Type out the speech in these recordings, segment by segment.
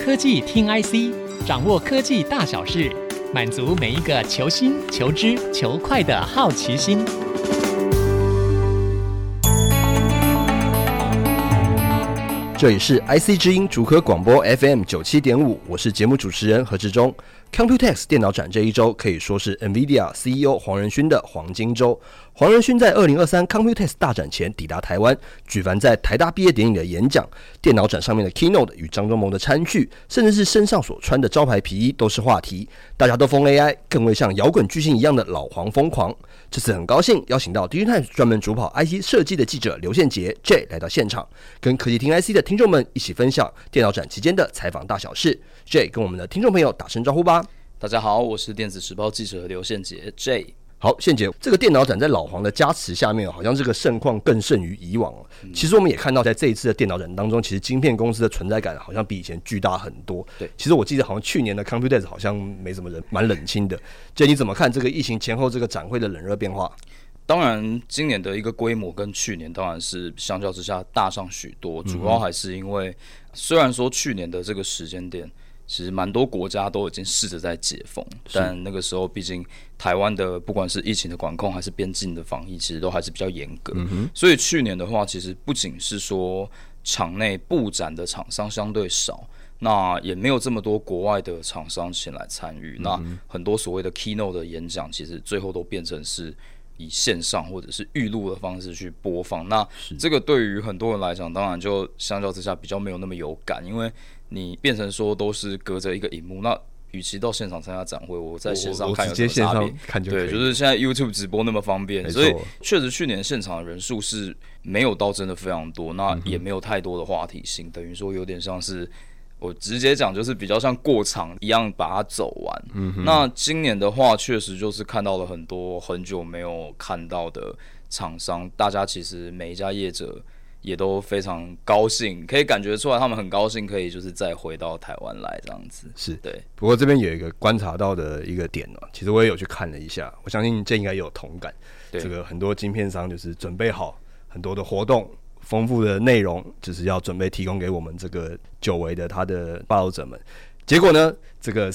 科技听 IC， 掌握科技大小事，满足每一个求新、求知、求快的好奇心。 这里是 IC 之音竹科广播 FM 97.5， 我是节目主持人何志忠。Computex 电脑展这一周可以说是 NVIDIA CEO 黄仁勋的黄金周。黄仁勋在2023 Computex 大展前抵达台湾，举凡在台大毕业典礼的演讲、电脑展上面的 Keynote 与张忠谋的餐叙，甚至是身上所穿的招牌皮衣都是话题。大家都疯 AI， 更为像摇滚巨星一样的老黄疯狂。这次很高兴邀请到 Digitimes 专门主跑 IC 设计的记者刘宪杰 J 来到现场，跟科技听 IC 的听众们一起分享电脑展期间的采访大小事。J 跟我们的听众朋友打声招呼吧。 大家好，我是电子时报记者刘宪杰 J。 好，宪杰，这个电脑展在老黄的加持下面，好像这个盛况更胜于以往。其实我们也看到，在这一次的电脑展当中，其实晶片公司的存在感好像比以前巨大很多。 对， 其实我记得好像去年的 Computex 好像没什么人，蛮冷清的。J，你怎么看这个疫情前后这个展会的冷热变化？ 当然，今年的一个规模跟去年当然是相较之下大上许多，主要还是因为虽然说去年的这个时间点，其实蛮多国家都已经试着在解封，但那个时候毕竟台湾的不管是疫情的管控还是边境的防疫，其实都还是比较严格。所以去年的话，其实不仅是说场内布展的厂商相对少，那也没有这么多国外的厂商前来参与。那很多所谓的 keynote 的演讲，其实最后都变成是以线上或者是预录的方式去播放。那这个对于很多人来讲，当然就相较之下比较没有那么有感，因为你变成说都是隔着一个萤幕，那与其到现场参加展会，我在线上看有什么差别？对，就是现在 YouTube 直播那么方便，所以确实去年现场的人数是没有到真的非常多，那也没有太多的话题性，等于说有点像是我直接讲，就是比较像过场一样把它走完。那今年的话，确实就是看到了很多很久没有看到的厂商，大家其实每一家业者也都非常高兴，可以感觉出来他们很高兴可以就是再回到台湾来这样子。 是， 对。 不过这边有一个观察到的一个点其实我也有去看了一下，我相信这应该有同感。这个很多晶片商就是准备好很多的活动。丰富的内容就是要准备提供给我们这个久违的他的报道者们。结果呢，这个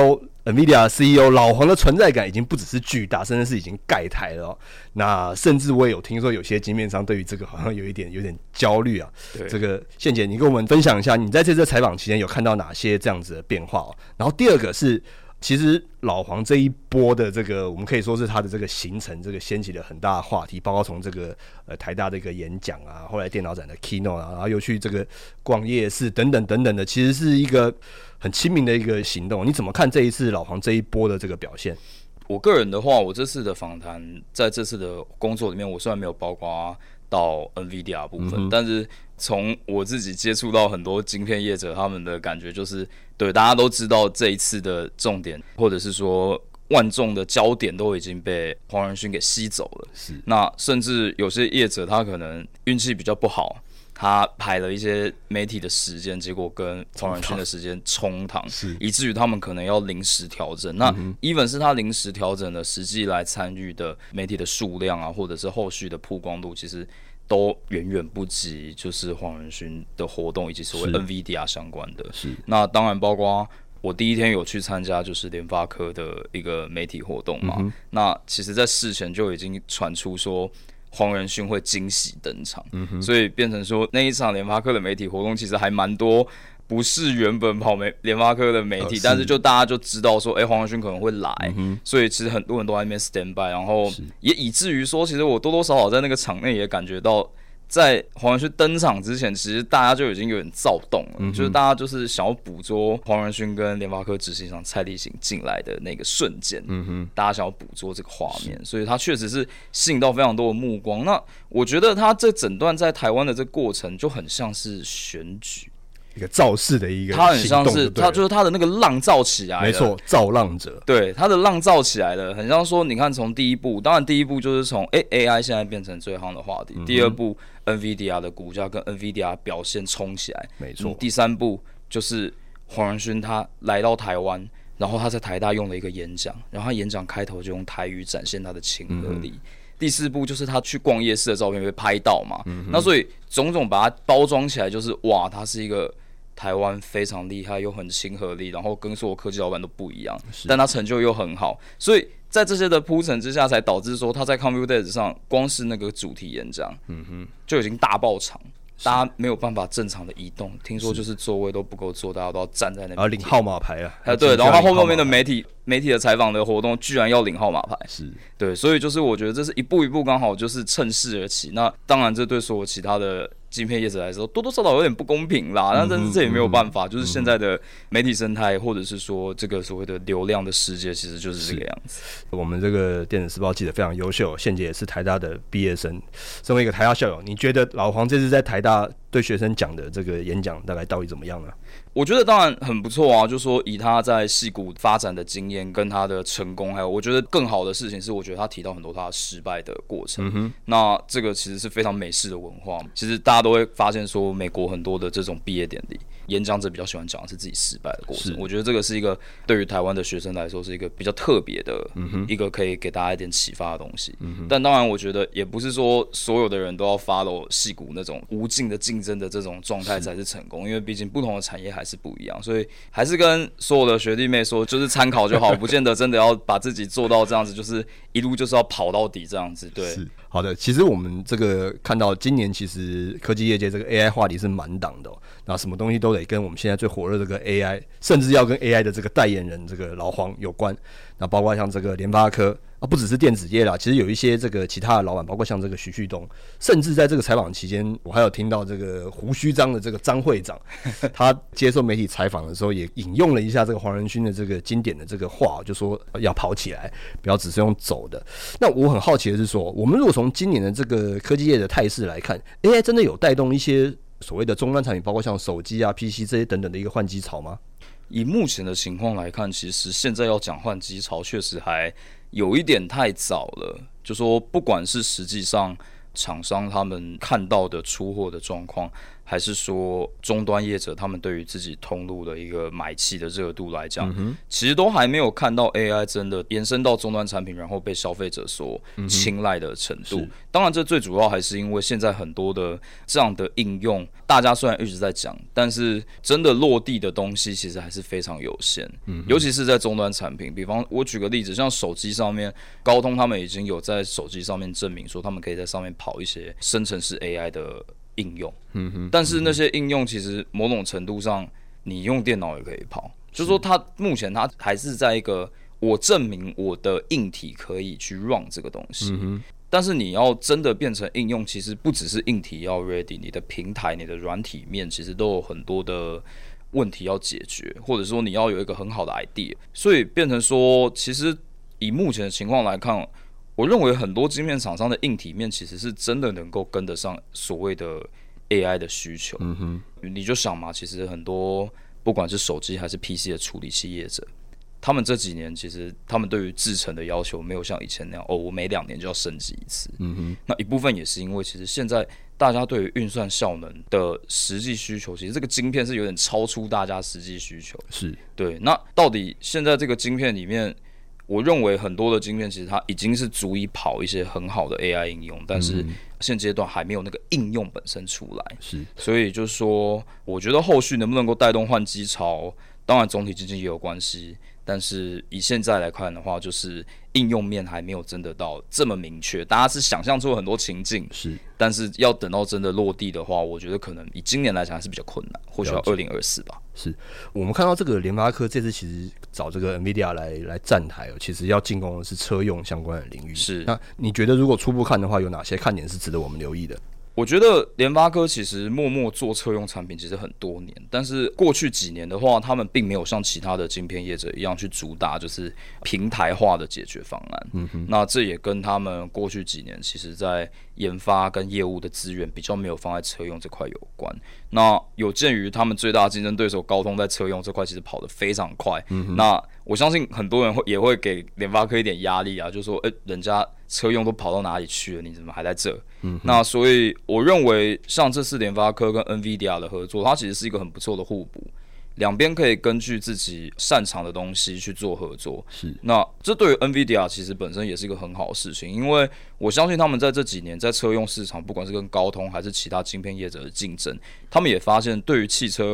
NVIDIA CEO 老黄的存在感已经不只是巨大，甚至是已经盖台了。那甚至我也有听说有些晶片商对于这个好像有点焦虑啊。这个宪姐，你跟我们分享一下，你在这次采访期间有看到哪些这样子的变化然后第二个是，其实老黄这一波的这个，我们可以说是他的这个行程，这个掀起了很大的话题，包括从这个台大的一个演讲啊，后来电脑展的 keynote 啊，然后又去这个逛夜市等等等等的，其实是一个很亲民的一个行动。你怎么看这一次老黄这一波的这个表现？ 我个人的话，我这次的访谈，在这次的工作里面，我虽然没有包括到 NVIDIA 部分，但是从我自己接触到很多晶片业者，他们的感觉就是，对大家都知道这一次的重点，或者是说万众的焦点都已经被黄仁勋给吸走了。是，那甚至有些业者他可能运气比较不好，他排了一些媒体的时间，结果跟黄仁勋的时间冲堂，以至于他们可能要临时调整。那 even 是他临时调整的，实际来参与的媒体的数量啊，或者是后续的曝光度，其实都远远不及就是黄仁勋的活动以及所谓 NVIDIA 相关的。是，那当然包括我第一天有去参加就是联发科的一个媒体活动嘛。那其实在事前就已经传出说黄仁勋会惊喜登场，所以变成说那一场联发科的媒体活动其实还蛮多不是原本跑联发科的媒体，但是就大家就知道说黄仁勋可能会来，所以其实很多人都在那边 stand by， 然后也以至于说其实我多多少少在那个场内也感觉到，在黄仁勋登场之前，其实大家就已经有点躁动了，就是大家就是想要捕捉黄仁勋跟联发科执行长蔡力行进来的那个瞬间，大家想要捕捉这个画面，所以他确实是吸引到非常多的目光。那我觉得他这整段在台湾的这个过程就很像是选举。 一个造势的一个行动， 他很像是他就是他的那个浪造起来的， 没错，造浪者， 对，他的浪造起来的，很像说，你看从第一步，当然第一步就是从AI 现在变成最夯的话题，第二步 NVIDIA 的股价跟 NVIDIA 表现冲起来， 没错， 第三步就是黄仁勋他来到台湾，然后他在台大用了一个演讲，然后他演讲开头就用台语展现他的亲和力。第四步就是他去逛夜市的照片被拍到嘛，那所以种种把它包装起来，就是哇，他是一个台湾非常厉害又很亲和力，然后跟所有科技老板都不一样，但他成就又很好，所以在这些的铺陈之下，才导致说他在 Computex 上光是那个主题演讲，就已经大爆场。大家没有办法正常的移动，听说就是座位都不够坐，大家都要站在那边。 然后领号码牌啊， 对，然后他后面的媒体的采访的活动居然要领号码牌， 是对，所以就是我觉得这是一步一步刚好就是趁势而起。那当然，这对所有其他的晶片业者来说，多多少少有点不公平啦。但是这也没有办法，就是现在的媒体生态，或者是说这个所谓的流量的世界，其实就是这个样子。 我们这个电子时报记者非常优秀，现姐也是台大的毕业生。身为一个台大校友，你觉得老黄这次在台大对学生讲的这个演讲，大概到底怎么样呢？ 我觉得当然很不错啊，就说以他在矽谷发展的经验跟他的成功，还有我觉得更好的事情是，我觉得他提到很多他的失败的过程。那这个其实是非常美式的文化。其实大家都会发现说，美国很多的这种毕业典礼，演讲者比较喜欢讲的是自己失败的过程。我觉得这个是一个对于台湾的学生来说是一个比较特别的一个可以给大家一点启发的东西。但当然，我觉得也不是说所有的人都要 follow 矽谷那种无尽的竞争的这种状态才是成功，因为毕竟不同的产业还是不一样，所以还是跟所有的学弟妹说，就是参考就好，不见得真的要把自己做到这样子，就是一路就是要跑到底这样子。对， 是好的。其实我们这个看到今年其实科技业界这个 AI 话题是满档的那什么东西都得跟我们现在最火热这个 AI， 甚至要跟 AI 的这个代言人这个老黄有关。那包括像这个联发科不只是电子业啦，其实有一些这个其他的老板，包括像这个徐旭东，甚至在这个采访期间，我还有听到这个胡须章的这个张会长，他接受媒体采访的时候也引用了一下这个黄仁勋的这个经典的这个话，就说要跑起来，不要只是用走的。那我很好奇的是说，我们如果从今年的这个科技业的态势来看 ，AI 真的有带动一些所谓的终端产品，包括像手机啊、PC 这些等等的一个换机潮吗？ 以目前的情况来看，其实现在要讲换机潮，确实还有一点太早了。就说不管是实际上厂商他们看到的出货的状况，还是说终端业者他们对于自己通路的一个买气的热度来讲，其实都还没有看到 AI 真的延伸到终端产品，然后被消费者所青睐的程度。当然，这最主要还是因为现在很多的这样的应用，大家虽然一直在讲，但是真的落地的东西其实还是非常有限。尤其是在终端产品，比方我举个例子，像手机上面，高通他们已经有在手机上面证明说，他们可以在上面跑一些生成式 AI 的应用，但是那些应用其实某种程度上，你用电脑也可以跑，就是说它目前它还是在一个我证明我的硬体可以去 run 这个东西，但是你要真的变成应用，其实不只是硬体要 ready， 你的平台、你的软体面其实都有很多的问题要解决，或者说你要有一个很好的 idea， 所以变成说，其实以目前的情况来看，我认为很多晶片厂商的硬体面其实是真的能够跟得上所谓的 AI 的需求。你就想嘛，其实很多不管是手机还是 PC 的处理器业者，他们这几年其实他们对于制程的要求没有像以前那样，我每2年就要升级一次。那一部分也是因为其实现在大家对于运算效能的实际需求，其实这个晶片是有点超出大家实际需求。 是对。那到底现在这个晶片里面，我认为很多的晶片其实它已经是足以跑一些很好的 AI 应用，但是现阶段还没有那个应用本身出来。 是， 所以就是说，我觉得后续能不能够带动换机潮，当然总体经济也有关系，但是以现在来看的话，就是应用面还没有真的到这么明确，大家是想象出很多情境， 是， 但是要等到真的落地的话，我觉得可能以今年来讲还是比较困难，或许要2024吧。 是，我们看到这个联发科这次其实找这个 NVIDIA 来站台其实要进攻的是车用相关的领域。 是， 那你觉得如果初步看的话，有哪些看点是值得我们留意的？ 我觉得联发科其实默默做车用产品其实很多年，但是过去几年的话，他们并没有像其他的晶片业者一样去主打就是平台化的解决方案。那这也跟他们过去几年其实在研发跟业务的资源比较没有放在车用这块有关。那有鉴于他们最大的竞争对手高通在车用这块其实跑得非常快，那我相信很多人也会给联发科一点压力啊，就说人家车用都跑到哪里去了，你怎么还在这？那所以我认为像这次联发科跟 NVIDIA 的合作，它其实是一个很不错的互补，两边可以根据自己擅长的东西去做合作。 是， 那这对于 NVIDIA 其实本身也是一个很好的事情，因为我相信他们在这几年在车用市场，不管是跟高通还是其他晶片业者的竞争，他们也发现对于汽车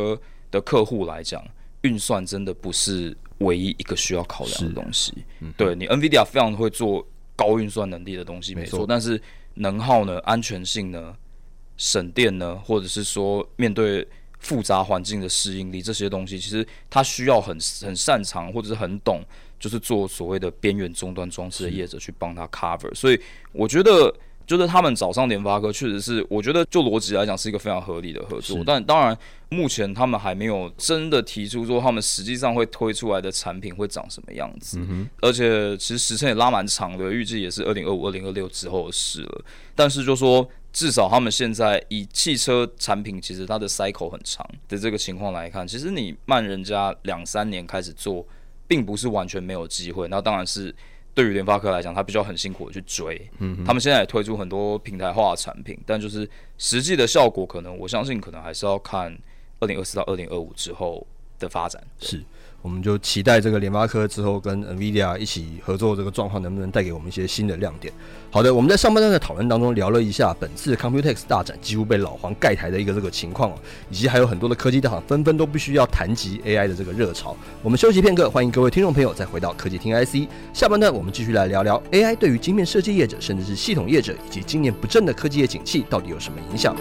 的客户来讲，运算真的不是唯一一个需要考量的东西。对，你 NVIDIA 非常会做高运算能力的东西，没错，但是能耗呢、安全性呢、省电呢，或者是说面对复杂环境的适应力，这些东西其实它需要很擅长或者是很懂，就是做所谓的边缘终端装置的业者去帮他 cover。所以我觉得，就是他们找上联发科，确实是我觉得就逻辑来讲是一个非常合理的合作。但当然，目前他们还没有真的提出说他们实际上会推出来的产品会长什么样子。而且其实时程也拉蛮长的，预计也是2025、2026之后的事了。但是就说，至少他们现在以汽车产品，其实它的 cycle 很长的这个情况来看，其实你慢人家2-3年开始做，并不是完全没有机会。那当然是对于联发科来讲，他必须要很辛苦的去追。他们现在也推出很多平台化的产品，但就是实际的效果，可能我相信可能还是要看2024到2025之后的发展。 是。我们就期待这个联发科之后跟 NVIDIA 一起合作这个状况能不能带给我们一些新的亮点。好的，我们在上半段的讨论当中聊了一下本次 Computex 大展几乎被老黄盖台的一个这个情况，以及还有很多的科技大厂纷纷都必须要谈及 AI 的这个热潮。我们休息片刻，欢迎各位听众朋友再回到科技听 IC。下半段我们继续来聊聊 AI 对于晶片设计业者甚至是系统业者以及今年不振的科技业景气到底有什么影响。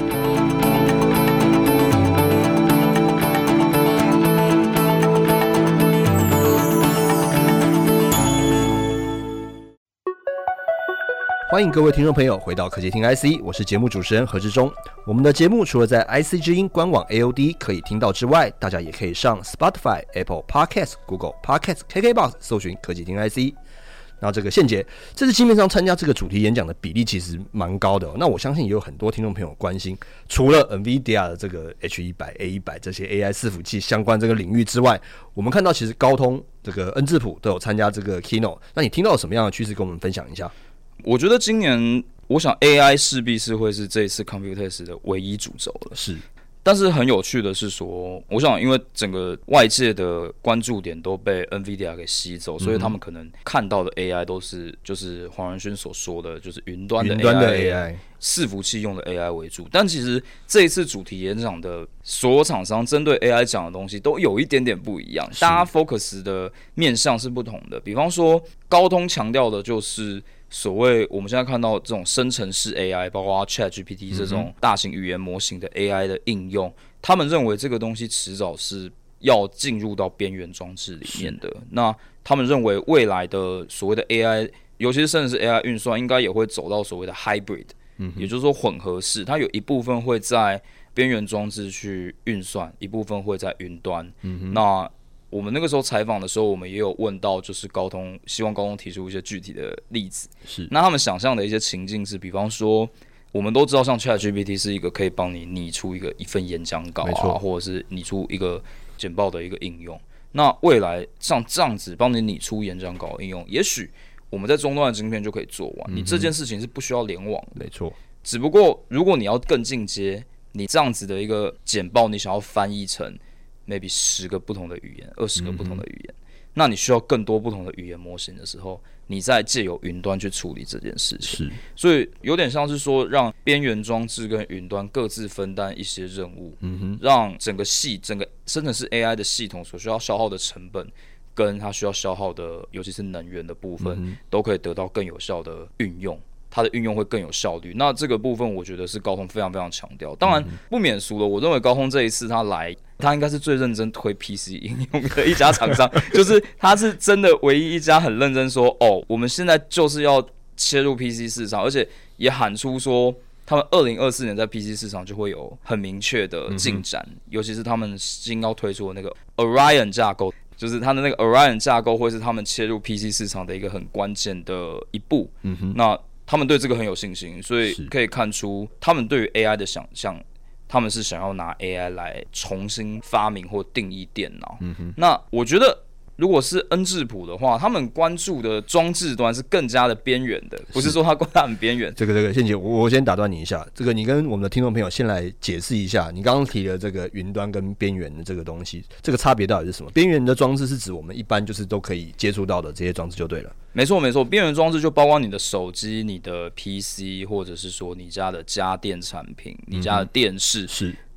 欢迎各位听众朋友回到科技听 IC， 我是节目主持人何志忠。我们的节目除了在 IC 之音官网 AOD 可以听到之外，大家也可以上 Spotify、Apple Podcast、Google Podcast、KKBox 搜寻科技听 IC。那这个宪杰这次晶片商参加这个主题演讲的比例其实蛮高的，那我相信也有很多听众朋友关心，除了 NVIDIA 的这个 H100、A100 这些 AI 伺服器相关这个领域之外，我们看到其实高通、这个恩智浦都有参加这个 Keynote。那你听到什么样的趋势，跟我们分享一下？ 我觉得今年，我想 AI 势必是会是这一次 Computex 的唯一主轴了。是，但是很有趣的是说，我想因为整个外界的关注点都被 NVIDIA 给吸走，所以他们可能看到的 AI 都是就是黄仁勋所说的，就是云端的 AI， 伺服器用的 AI 为主。但其实这一次主题演讲的所有厂商针对 AI 讲的东西都有一点点不一样，大家 focus 的面向是不同的。比方说，高通强调的就是所谓我们现在看到这种生成式 AI， 包括 ChatGPT 这种大型语言模型的 AI 的应用，他们认为这个东西迟早是要进入到边缘装置里面的。那他们认为未来的所谓的 AI， 尤其是甚至是 AI 运算，应该也会走到所谓的 hybrid，也就是说混合式，它有一部分会在边缘装置去运算，一部分会在云端。那我们那个时候采访的时候，我们也有问到，就是希望高通提出一些具体的例子。是，那他们想象的一些情境是，比方说，我们都知道，像 ChatGPT 是一个可以帮你拟出一份演讲稿啊，或者是拟出一个简报的一个应用。那未来像这样子帮你拟出演讲稿的应用，也许我们在终端的晶片就可以做完。你这件事情是不需要联网的，没错。只不过如果你要更进阶，你这样子的一个简报，你想要翻译成maybe 10个不同的语言、20个不同的语言，那你需要更多不同的语言模型的时候，你再借由云端去处理这件事情。是，所以有点像是说，让边缘装置跟云端各自分担一些任务，让整个生成式 AI 的系统所需要消耗的成本，跟它需要消耗的，尤其是能源的部分，都可以得到更有效的运用。它的运用会更有效率，那这个部分我觉得是高通非常非常强调。当然不免俗了，我认为高通这一次他来，他应该是最认真推 PC 应用的一家厂商，就是他是真的唯一一家很认真说，我们现在就是要切入 PC 市场，而且也喊出说，他们2024年在 PC 市场就会有很明确的进展，尤其是他们新要推出的那个 Orion 架构。就是它的那个 Orion 架构会是他们切入 PC 市场的一个很关键的一步。那他们对这个很有信心，所以可以看出他们对于 AI 的想象，他们是想要拿 AI 来重新发明或定义电脑。那我觉得如果是恩智浦的话，他们关注的装置端是更加的边缘的，不是说它很边缘。这个宪杰，我先打断你一下，这个你跟我们的听众朋友先来解释一下，你刚刚提了这个云端跟边缘的这个东西，这个差别到底是什么？边缘的装置是指我们一般就是都可以接触到的这些装置就对了。没错，边缘装置就包括你的手机、你的 PC， 或者是说你家的家电产品、你家的电视。是。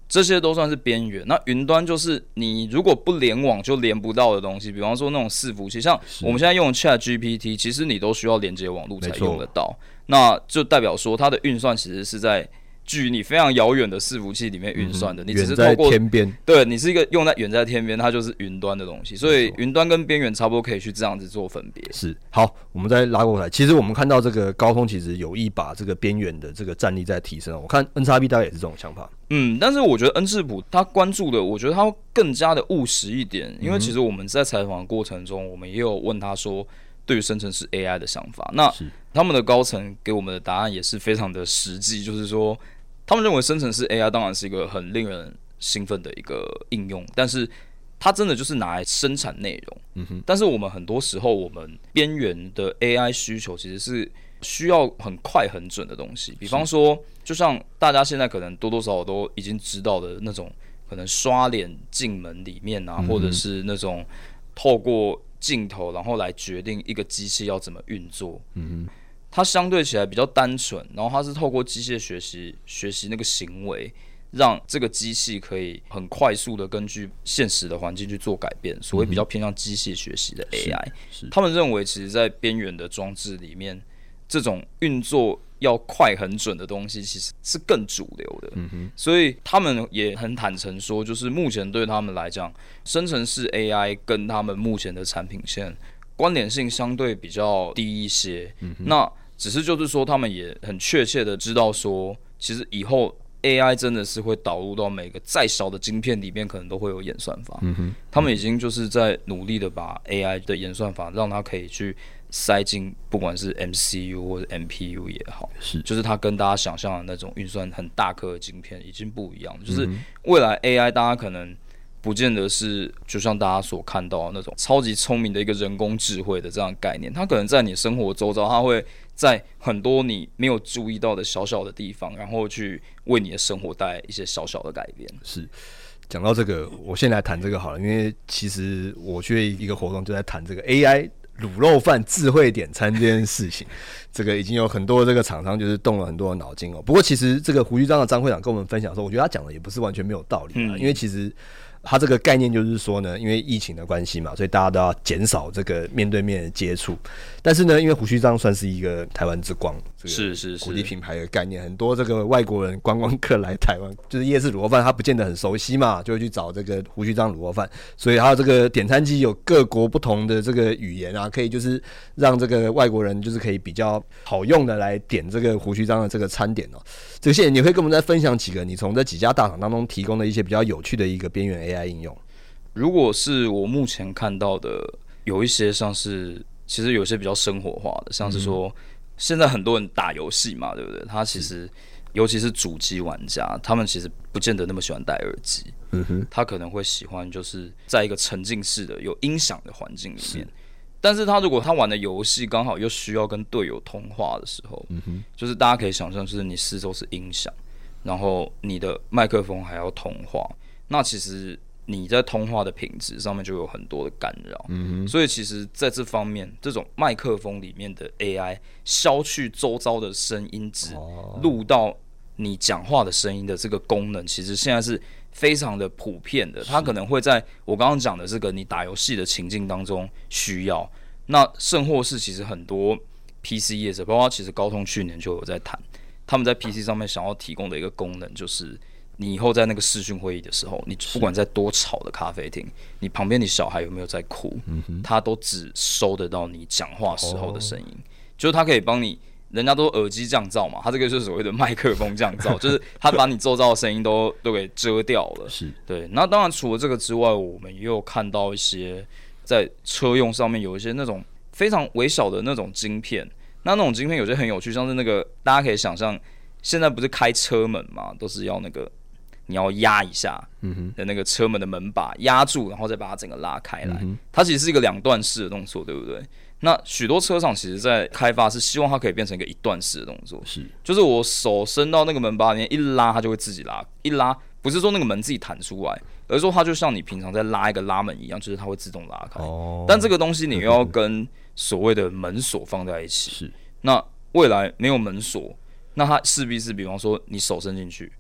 这些都算是边缘。那云端就是你如果不联网就连不到的东西，比方说那种伺服器，像我们现在用的 ChatGPT， 其实你都需要连接网络才用得到。那就代表说它的运算其实是在距你非常遥远的伺服器里面运算的，你只是透过远在天边， 对你是一个用在远在天边，它就是云端的东西，所以云端跟边缘差不多可以去这样子做分别。 是好，我们再拉过来，其实我们看到这个高通其实有意把这个边缘的这个战力在提升，我看 NXP 大概也是这种想法。 但是我觉得恩智浦他关注的，我觉得他更加的务实一点，因为其实我们在采访的过程中，我们也有问他说对于生成式 AI 的想法，那他们的高层给我们的答案也是非常的实际，就是说他们认为生成式 AI 当然是一个很令人兴奋的一个应用，但是它真的就是拿来生产内容。但是我们很多时候，我们边缘的 AI 需求其实是需要很快很准的东西。比方说，就像大家现在可能多多少少都已经知道的那种，可能刷脸进门里面啊，或者是那种透过镜头然后来决定一个机器要怎么运作。它相对起来比较单纯，然后它是透过机械学习那个行为，让这个机器可以很快速的根据现实的环境去做改变，所谓比较偏向机械学习的 AI。他们认为，其实在边缘的装置里面，这种运作要快很准的东西，其实是更主流的。所以他们也很坦诚说，就是目前对他们来讲，生成式 AI 跟他们目前的产品线关联性相对比较低一些。那只是就是说，他们也很确切的知道说，其实以后 AI 真的是会导入到每个再小的晶片里面，可能都会有演算法。他们已经就是在努力的把 AI 的演算法让它可以去塞进，不管是 MCU 或者 MPU 也好，就是它跟大家想象的那种运算很大颗的晶片已经不一样。就是未来 AI 大家可能不见得是就像大家所看到的那种超级聪明的一个人工智慧的这样的概念，它可能在你生活周遭，它会在很多你没有注意到的小小的地方，然后去为你的生活带来一些小小的改变。 是，讲到这个，我先来谈这个好了，因为其实我去一个活动就在谈这个 AI 卤肉饭智慧点餐这件事情，这个已经有很多这个厂商就是动了很多的脑筋哦。不过其实这个胡须章的张会长跟我们分享的时候，我觉得他讲的也不是完全没有道理啊，因为其实他这个概念就是说呢，因为疫情的关系嘛，所以大家都要减少这个面对面的接触。但是呢，因为胡须章算是一个台湾之光，是国际品牌的概念，很多这个外国人观光客来台湾，就是夜市卤肉饭，他不见得很熟悉嘛，就会去找这个胡须章卤肉饭。所以还有这个点餐机有各国不同的这个语言啊，可以就是让这个外国人就是可以比较好用的来点这个胡须章的这个餐点哦。这个谢谢，你会跟我们再分享几个你从这几家大厂当中提供的一些比较有趣的一个边缘 AI 应用。 如果是我目前看到的，有一些像是其实有些比较生活化的，像是说现在很多人打游戏嘛，对不对？他其实尤其是主机玩家，他们其实不见得那么喜欢戴耳机，他可能会喜欢就是在一个沉浸式的有音响的环境里面。但是他如果他玩的游戏刚好又需要跟队友通话的时候，就是大家可以想象，就是你四周是音响，然后你的麦克风还要通话，那其实你在通话的品质上面就有很多的干扰。所以其实在这方面，这种麦克风里面的 AI 消去周遭的声音值，录到你讲话的声音的这个功能，其实现在是非常的普遍的。它可能会在我刚刚讲的这个你打游戏的情境当中需要，那甚或是其实很多 PC 业者，包括其实高通去年就有在谈，他们在 PC 上面想要提供的一个功能，就是你以后在那个视讯会议的时候，你不管在多吵的咖啡厅，你旁边你小孩有没有在哭，他都只收得到你讲话时候的声音，就是他可以帮你。人家都耳机降噪嘛，他这个就是所谓的麦克风降噪，就是他把你周遭的声音都给遮掉了。是对。那当然除了这个之外，我们也有看到一些在车用上面有一些那种非常微小的那种晶片。那种晶片有些很有趣，像是那个大家可以想象，现在不是开车门嘛，都是要那个你要压一下的那个车门的门把压住，然后再把它整个拉开来。它其实是一个两段式的动作，对不对？那许多车厂其实在开发是希望它可以变成一个一段式的动作，就是我手伸到那个门把里面一拉，它就会自己拉，一拉不是说那个门自己弹出来，而是说它就像你平常在拉一个拉门一样，就是它会自动拉开。但这个东西你又要跟所谓的门锁放在一起，那未来没有门锁，那它势必是比方说你手伸进去，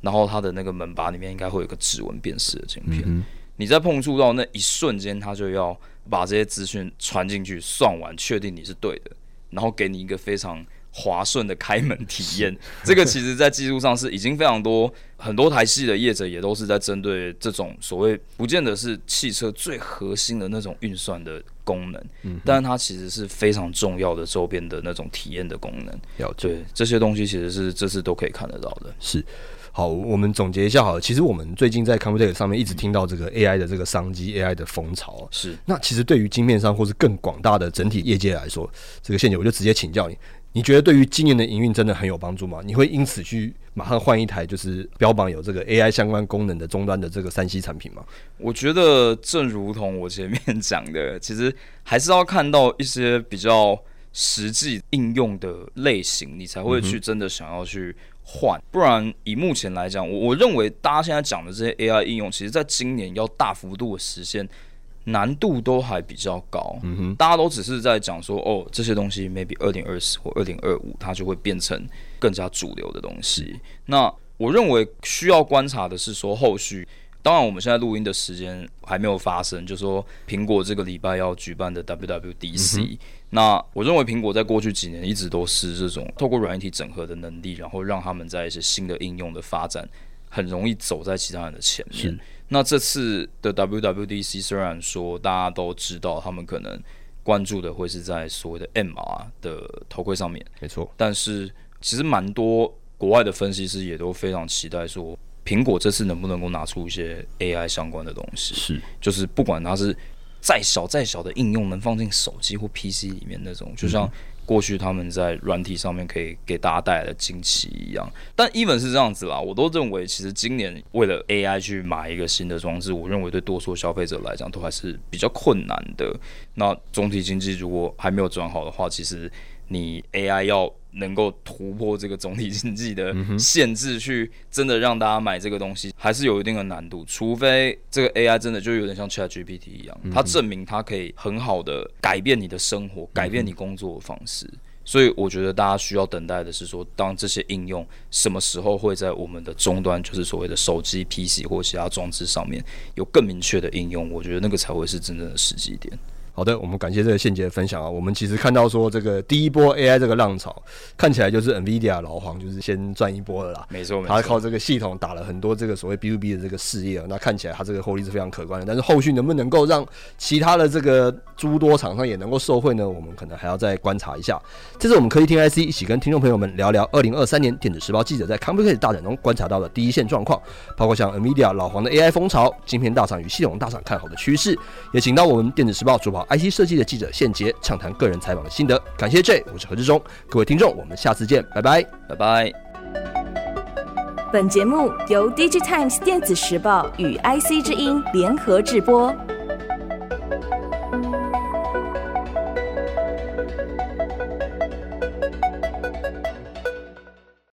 然后它的那个门把里面应该会有一个指纹辨识的晶片。你在碰触到那一瞬间，它就要把这些资讯传进去，算完确定你是对的，然后给你一个非常滑顺的开门体验。这个其实在技术上是已经非常多，很多台系的业者也都是在针对这种所谓不见得是汽车最核心的那种运算的功能，但是它其实是非常重要的周边的那种体验的功能。对，这些东西其实是这次都可以看得到的。 是。好，我们总结一下好了。其实我们最近在 Computex 上面一直听到这个 AI 的这个商机 ，AI 的风潮。 是。 那其实对于晶片商或是更广大的整体业界来说，这个宪姐我就直接请教你，你觉得对于今年的营运真的很有帮助吗？你会因此去马上换一台就是标榜有这个 AI 相关功能的终端的这个3C 产品吗？ 我觉得正如同我前面讲的，其实还是要看到一些比较实际应用的类型，你才会去真的想要去换，不然以目前来讲，我认为大家现在讲的这些 AI 应用，其实在今年要大幅度的实现，难度都还比较高。大家都只是在讲说，哦，这些东西 maybe 2024或2025它就会变成更加主流的东西。那我认为需要观察的是说后续。当然，我们现在录音的时间还没有发生，就说苹果这个礼拜要举办的 WWDC，那我认为苹果在过去几年一直都是这种透过软体整合的能力，然后让他们在一些新的应用的发展，很容易走在其他人的前面。那这次的 WWDC 虽然说大家都知道，他们可能关注的会是在所谓的 MR 的头盔上面， 没错， 但是其实蛮多国外的分析师也都非常期待说，苹果这次能不能够拿出一些 AI 相关的东西，就是不管它是再小的应用，能放进手机或 PC 里面那种，就像过去他们在软体上面可以给大家带来的惊奇一样。但 even 是这样子啦，我都认为其实今年为了 AI 去买一个新的装置，我认为对多数消费者来讲都还是比较困难的。那总体经济如果还没有转好的话，其实你 AI 要能够突破这个总体经济的限制，去真的让大家买这个东西，还是有一定的难度。除非这个 AI 真的就有点像 ChatGPT 一样，它证明它可以很好的改变你的生活，改变你工作的方式。所以我觉得大家需要等待的是说，当这些应用什么时候会在我们的终端，就是所谓的手机、PC 或其他装置上面有更明确的应用，我觉得那个才会是真正的时机点。 好的，我们感谢这个宪杰的分享啊。我们其实看到说，这个第一波 AI 这个浪潮，看起来就是 NVIDIA 老黄就是先赚一波了啦。 没错， 他靠这个系统打了很多这个所谓 B2B 的这个事业，那看起来他这个获利是非常可观的。但是后续能不能够让其他的这个诸多厂商也能够受惠呢？我们可能还要再观察一下。这是我们科技听 IC 一起跟听众朋友们聊聊2023年电子时报记者在 Computex 大展中观察到的第一线状况，包括像 NVIDIA 老黄的 AI 风潮、晶片大厂与系统大厂看好的趋势，也请到我们电子时报主跑 IC 设计的记者宪杰畅谈个人采访的心得。感谢 J， 我是何志忠，各位听众，我们下次见，拜拜， 拜拜。 本节目由 DigiTimes 电子时报与 IC 之音联合制播。